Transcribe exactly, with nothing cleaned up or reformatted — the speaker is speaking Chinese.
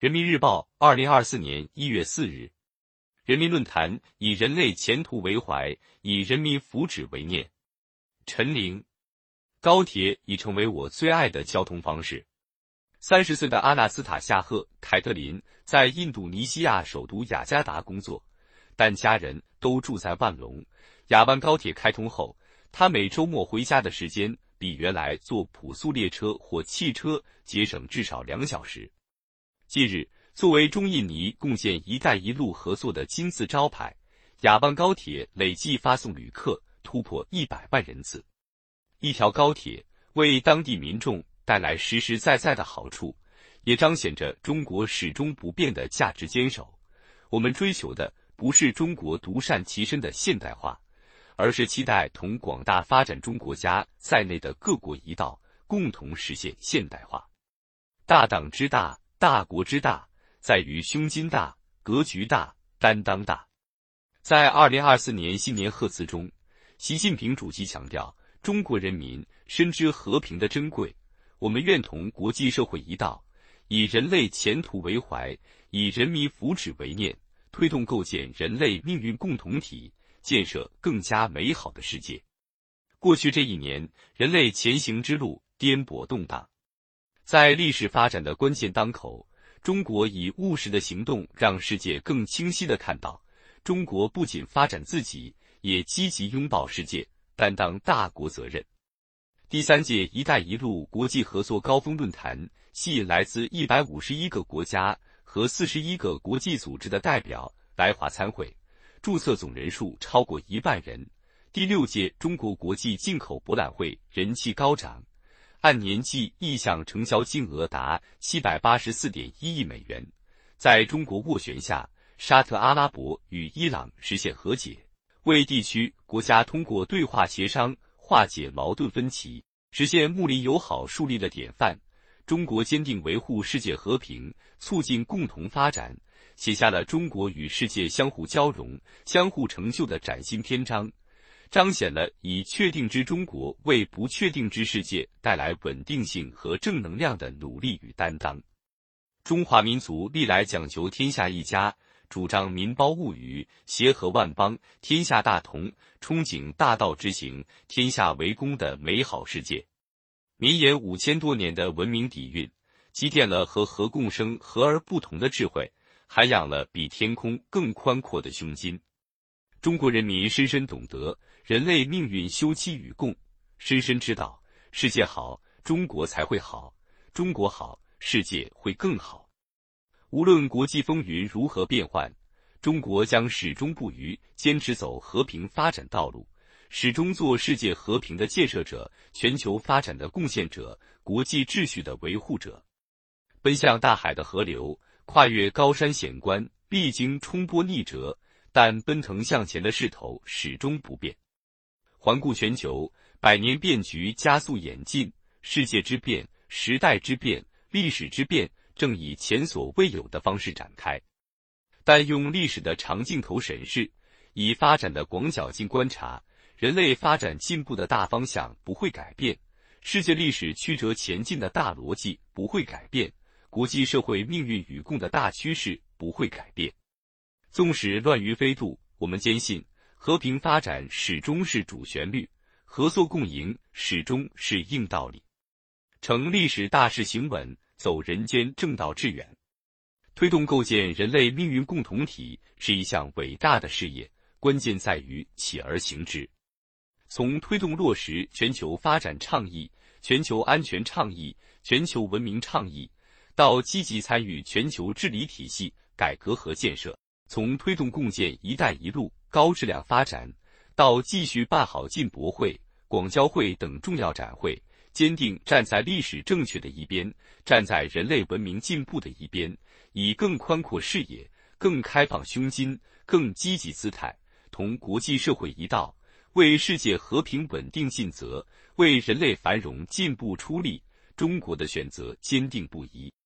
人民日报，二零二四年一月四日。人民论坛：以人类前途为怀，以人民福祉为念。陈玲，高铁已成为我最爱的交通方式。三十岁的阿纳斯塔夏赫·凯特琳在印度尼西亚首都雅加达工作，但家人都住在万隆。雅万高铁开通后，他每周末回家的时间比原来坐普速列车或汽车节省至少两小时。近日，作为中印尼共建“一带一路”合作的金字招牌，雅万高铁累计发送旅客突破一百万人次。一条高铁为当地民众带来实实在在的好处，也彰显着中国始终不变的价值坚守。我们追求的不是中国独善其身的现代化，而是期待同广大发展中国家在内的各国一道，共同实现现代化。大党之大，大国之大，在于胸襟大、格局大、担当大。在二零二四年新年贺词中，习近平主席强调，中国人民深知和平的珍贵，我们愿同国际社会一道，以人类前途为怀，以人民福祉为念，推动构建人类命运共同体，建设更加美好的世界。过去这一年，人类前行之路颠簸动荡，在历史发展的关键当口，中国以务实的行动让世界更清晰地看到，中国不仅发展自己，也积极拥抱世界，担当大国责任。第三届“一带一路”国际合作高峰论坛吸引来自一百五十一个国家和四十一个国际组织的代表来华参会，注册总人数超过一万人。第六届中国国际进口博览会人气高涨，按年计意向成交金额达 七百八十四点一亿美元。在中国斡旋下，沙特阿拉伯与伊朗实现和解，为地区国家通过对话协商化解矛盾分歧，实现睦邻友好树立了典范。中国坚定维护世界和平，促进共同发展，写下了中国与世界相互交融、相互成就的崭新篇章，彰显了以确定之中国为不确定之世界带来稳定性和正能量的努力与担当。中华民族历来讲求天下一家，主张民胞物语，协和万邦，天下大同，憧憬大道之行，天下为公的美好世界。绵延五千多年的文明底蕴，积淀了和和共生、和而不同的智慧，涵养了比天空更宽阔的胸襟。中国人民深深懂得人类命运休戚与共，深深知道世界好，中国才会好，中国好，世界会更好。无论国际风云如何变幻，中国将始终不渝坚持走和平发展道路，始终做世界和平的建设者、全球发展的贡献者、国际秩序的维护者。奔向大海的河流，跨越高山险关，历经冲波逆折，但奔腾向前的势头始终不变。环顾全球，百年变局加速演进，世界之变、时代之变、历史之变正以前所未有的方式展开。但用历史的长镜头审视，以发展的广角镜观察，人类发展进步的大方向不会改变，世界历史曲折前进的大逻辑不会改变，国际社会命运与共的大趋势不会改变。纵使乱于飞渡，我们坚信和平发展始终是主旋律，合作共赢始终是硬道理。乘历史大势行稳，走人间正道致远。推动构建人类命运共同体是一项伟大的事业，关键在于起而行之。从推动落实全球发展倡议、全球安全倡议、全球文明倡议，到积极参与全球治理体系改革和建设，从推动共建“一带一路”高质量发展，到继续办好进博会、广交会等重要展会，坚定站在历史正确的一边，站在人类文明进步的一边，以更宽阔视野、更开放胸襟、更积极姿态，同国际社会一道，为世界和平稳定尽责，为人类繁荣进步出力。中国的选择坚定不移。